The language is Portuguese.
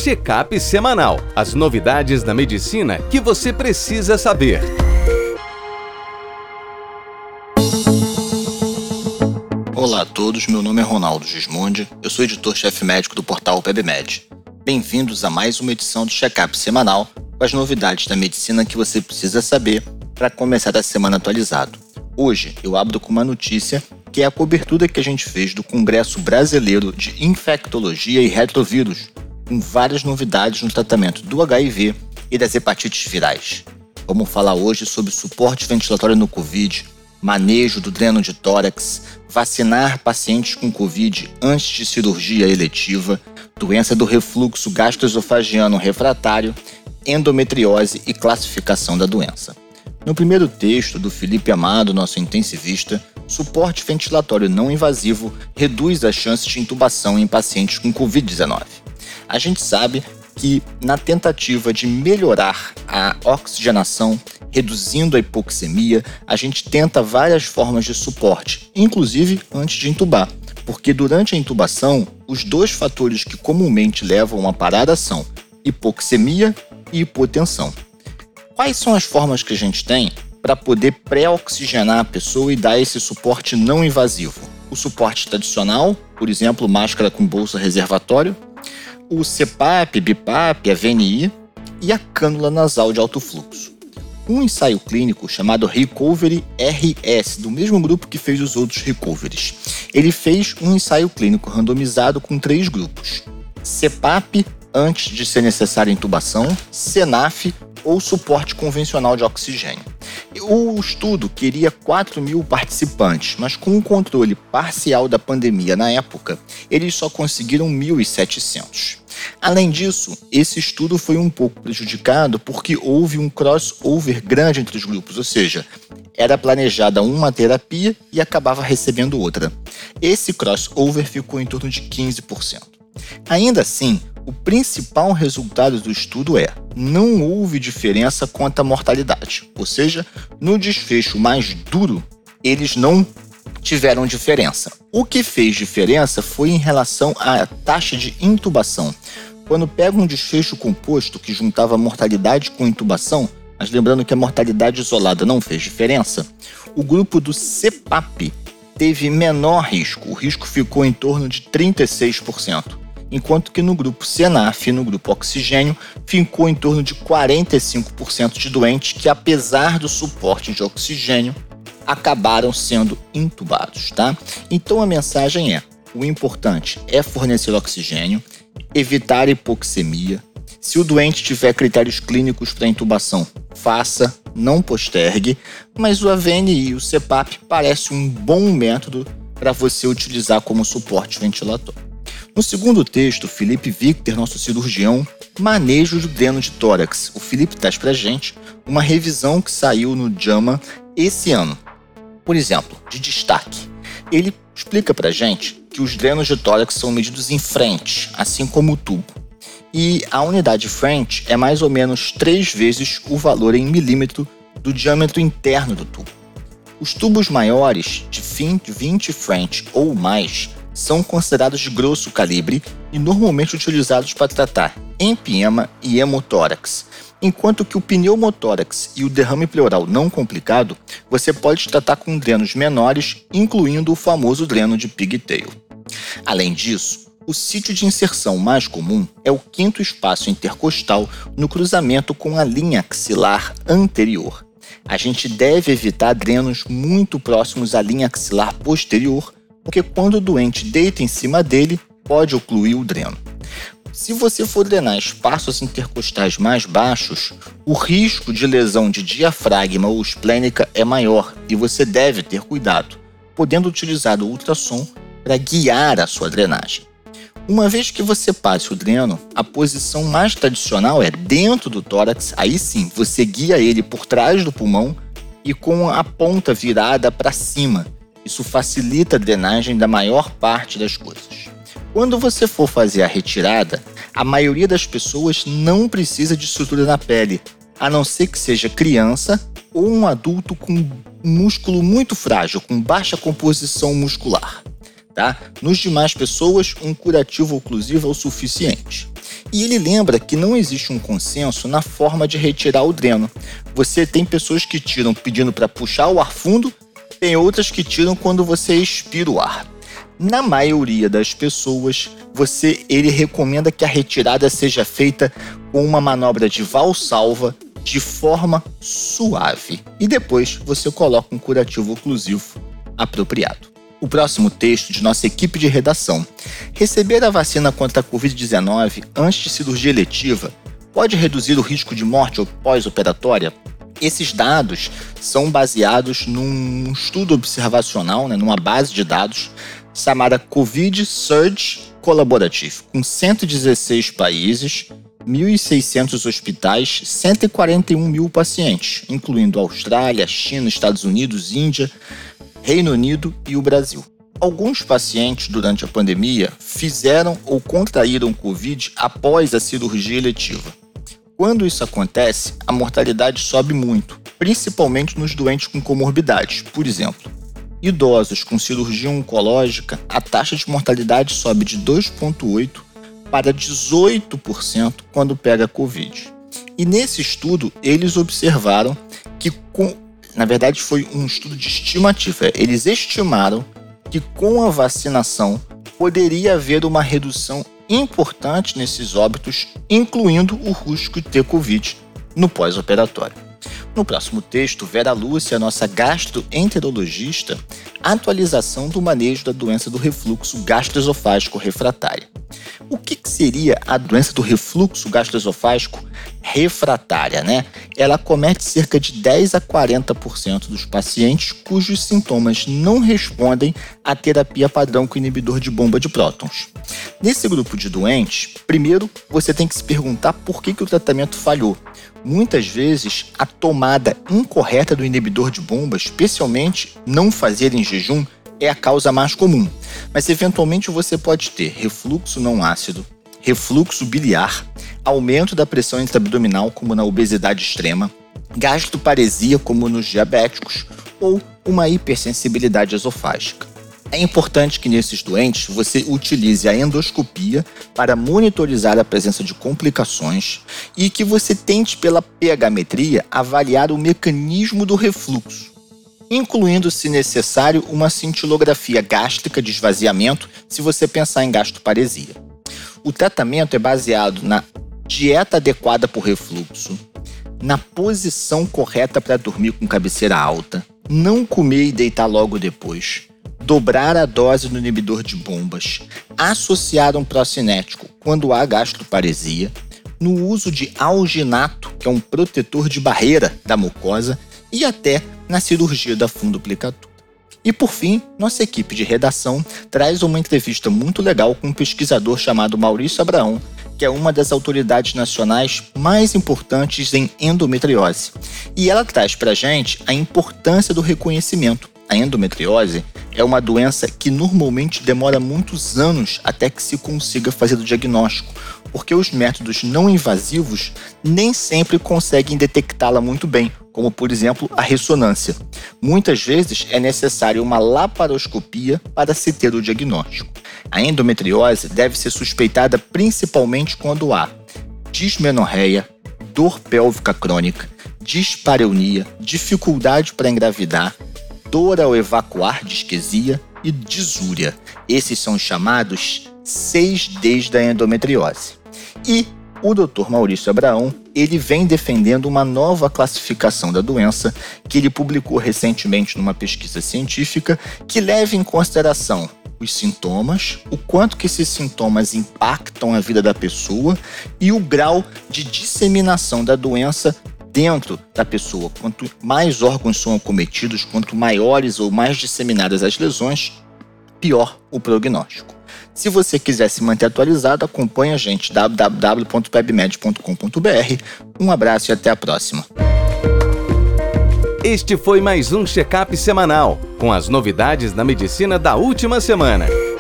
Check-up semanal. As novidades da medicina que você precisa saber. Olá a todos, meu nome é Ronaldo Gismondi, eu sou editor-chefe médico do portal PebMed. Bem-vindos a mais uma edição do Check-up semanal com as novidades da medicina que você precisa saber para começar a semana atualizado. Hoje eu abro com uma notícia que é a cobertura que a gente fez do Congresso Brasileiro de Infectologia e Retrovírus, com várias novidades no tratamento do HIV e das hepatites virais. Vamos falar hoje sobre suporte ventilatório no Covid, manejo do dreno de tórax, vacinar pacientes com Covid antes de cirurgia eletiva, doença do refluxo gastroesofágico refratário, endometriose e classificação da doença. No primeiro texto do Felipe Amado, nosso intensivista, suporte ventilatório não invasivo reduz as chances de intubação em pacientes com Covid-19. A gente sabe que, na tentativa de melhorar a oxigenação, reduzindo a hipoxemia, a gente tenta várias formas de suporte, inclusive antes de intubar, porque durante a intubação, os dois fatores que comumente levam a parada são hipoxemia e hipotensão. Quais são as formas que a gente tem para poder pré-oxigenar a pessoa e dar esse suporte não invasivo? O suporte tradicional, por exemplo, máscara com bolsa reservatório, o CPAP, BIPAP, a VNI e a cânula nasal de alto fluxo. Um ensaio clínico chamado Recovery RS, do mesmo grupo que fez os outros Recoveries. Ele fez um ensaio clínico randomizado com 3 grupos: CPAP antes de ser necessária intubação, CENAF ou suporte convencional de oxigênio. O estudo queria 4.000 participantes, mas com o controle parcial da pandemia na época, eles só conseguiram 1.700. Além disso, esse estudo foi um pouco prejudicado porque houve um crossover grande entre os grupos, ou seja, era planejada uma terapia e acabava recebendo outra. Esse crossover ficou em torno de 15%. Ainda assim, o principal resultado do estudo não houve diferença quanto à mortalidade, ou seja, no desfecho mais duro, eles não tiveram diferença. O que fez diferença foi em relação à taxa de intubação. Quando pega um desfecho composto que juntava mortalidade com intubação, mas lembrando que a mortalidade isolada não fez diferença, o grupo do CPAP teve menor risco, o risco ficou em torno de 36%. Enquanto que no grupo CENAF e no grupo oxigênio ficou em torno de 45% de doentes que, apesar do suporte de oxigênio, acabaram sendo intubados, tá? Então a mensagem o importante é fornecer oxigênio, evitar hipoxemia. Se o doente tiver critérios clínicos para intubação, faça, não postergue, mas o AVNI e o CPAP parece um bom método para você utilizar como suporte ventilatório. No segundo texto, Felipe Victor, nosso cirurgião, manejo do dreno de tórax. O Felipe traz pra gente uma revisão que saiu no JAMA esse ano. Por exemplo, de destaque, ele explica pra gente que os drenos de tórax são medidos em French, assim como o tubo. E a unidade French é mais ou menos 3 vezes o valor em milímetro do diâmetro interno do tubo. Os tubos maiores, de 20 French ou mais, são considerados de grosso calibre e normalmente utilizados para tratar empiema e hemotórax, enquanto que o pneumotórax e o derrame pleural não complicado você pode tratar com drenos menores, incluindo o famoso dreno de pigtail. Além disso, o sítio de inserção mais comum é o 5º espaço intercostal no cruzamento com a linha axilar anterior. A gente deve evitar drenos muito próximos à linha axilar posterior, porque quando o doente deita em cima dele, pode ocluir o dreno. Se você for drenar espaços intercostais mais baixos, o risco de lesão de diafragma ou esplênica é maior e você deve ter cuidado, podendo utilizar o ultrassom para guiar a sua drenagem. Uma vez que você passe o dreno, a posição mais tradicional é dentro do tórax, aí sim, você guia ele por trás do pulmão e com a ponta virada para cima. Isso facilita a drenagem da maior parte das coisas. Quando você for fazer a retirada, a maioria das pessoas não precisa de sutura na pele, a não ser que seja criança ou um adulto com um músculo muito frágil, com baixa composição muscular. Tá? Nos demais pessoas, um curativo oclusivo é o suficiente. E ele lembra que não existe um consenso na forma de retirar o dreno. Você tem pessoas que tiram pedindo para puxar o ar fundo, tem outras que tiram quando você expira o ar. Na maioria das pessoas, ele recomenda que a retirada seja feita com uma manobra de valsalva de forma suave. E depois você coloca um curativo oclusivo apropriado. O próximo texto de nossa equipe de redação. Receber a vacina contra a Covid-19 antes de cirurgia eletiva pode reduzir o risco de morte pós-operatória? Esses dados são baseados num estudo observacional, numa base de dados, chamada Covid Surge Collaborative, com 116 países, 1.600 hospitais, 141 mil pacientes, incluindo Austrália, China, Estados Unidos, Índia, Reino Unido e o Brasil. Alguns pacientes durante a pandemia fizeram ou contraíram Covid após a cirurgia eletiva. Quando isso acontece, a mortalidade sobe muito, principalmente nos doentes com comorbidades. Por exemplo, idosos com cirurgia oncológica, a taxa de mortalidade sobe de 2,8% para 18% quando pega Covid. E nesse estudo, eles observaram que, na verdade foi um estudo de estimativa, eles estimaram que com a vacinação poderia haver uma redução importante nesses óbitos, incluindo o risco de ter Covid no pós-operatório. No próximo texto, Vera Lúcia, nossa gastroenterologista, atualização do manejo da doença do refluxo gastroesofágico refratária. O que seria a doença do refluxo gastroesofágico refratária, Ela acomete cerca de 10 a 40% dos pacientes cujos sintomas não respondem à terapia padrão com inibidor de bomba de prótons. Nesse grupo de doentes, primeiro você tem que se perguntar por que o tratamento falhou. Muitas vezes, a tomada incorreta do inibidor de bomba, especialmente não fazer em jejum, é a causa mais comum. Mas eventualmente você pode ter refluxo não ácido, refluxo biliar, aumento da pressão intraabdominal, como na obesidade extrema, gastroparesia, como nos diabéticos, ou uma hipersensibilidade esofágica. É importante que nesses doentes você utilize a endoscopia para monitorizar a presença de complicações e que você tente pela pH-metria avaliar o mecanismo do refluxo, incluindo, se necessário, uma cintilografia gástrica de esvaziamento se você pensar em gastroparesia. O tratamento é baseado na dieta adequada para o refluxo, na posição correta para dormir com cabeceira alta, não comer e deitar logo depois, dobrar a dose do inibidor de bombas, associar um procinético quando há gastroparesia, no uso de alginato, que é um protetor de barreira da mucosa, e até na cirurgia da fundoplicatura. E por fim, nossa equipe de redação traz uma entrevista muito legal com um pesquisador chamado Maurício Abraão, que é uma das autoridades nacionais mais importantes em endometriose. E ela traz pra gente a importância do reconhecimento. A endometriose é uma doença que normalmente demora muitos anos até que se consiga fazer o diagnóstico, porque os métodos não invasivos nem sempre conseguem detectá-la muito bem, como por exemplo a ressonância. Muitas vezes é necessário uma laparoscopia para se ter o diagnóstico. A endometriose deve ser suspeitada principalmente quando há dismenorreia, dor pélvica crônica, dispareunia, dificuldade para engravidar, dor ao evacuar, disquesia e disúria. Esses são os chamados 6Ds da endometriose. E o Dr. Maurício Abraão, ele vem defendendo uma nova classificação da doença que ele publicou recentemente numa pesquisa científica que leva em consideração os sintomas, o quanto que esses sintomas impactam a vida da pessoa e o grau de disseminação da doença dentro da pessoa. Quanto mais órgãos são acometidos, quanto maiores ou mais disseminadas as lesões, pior o prognóstico. Se você quiser se manter atualizado, acompanhe a gente www.pebmed.com.br. Um abraço e até a próxima. Este foi mais um check-up semanal, com as novidades da medicina da última semana.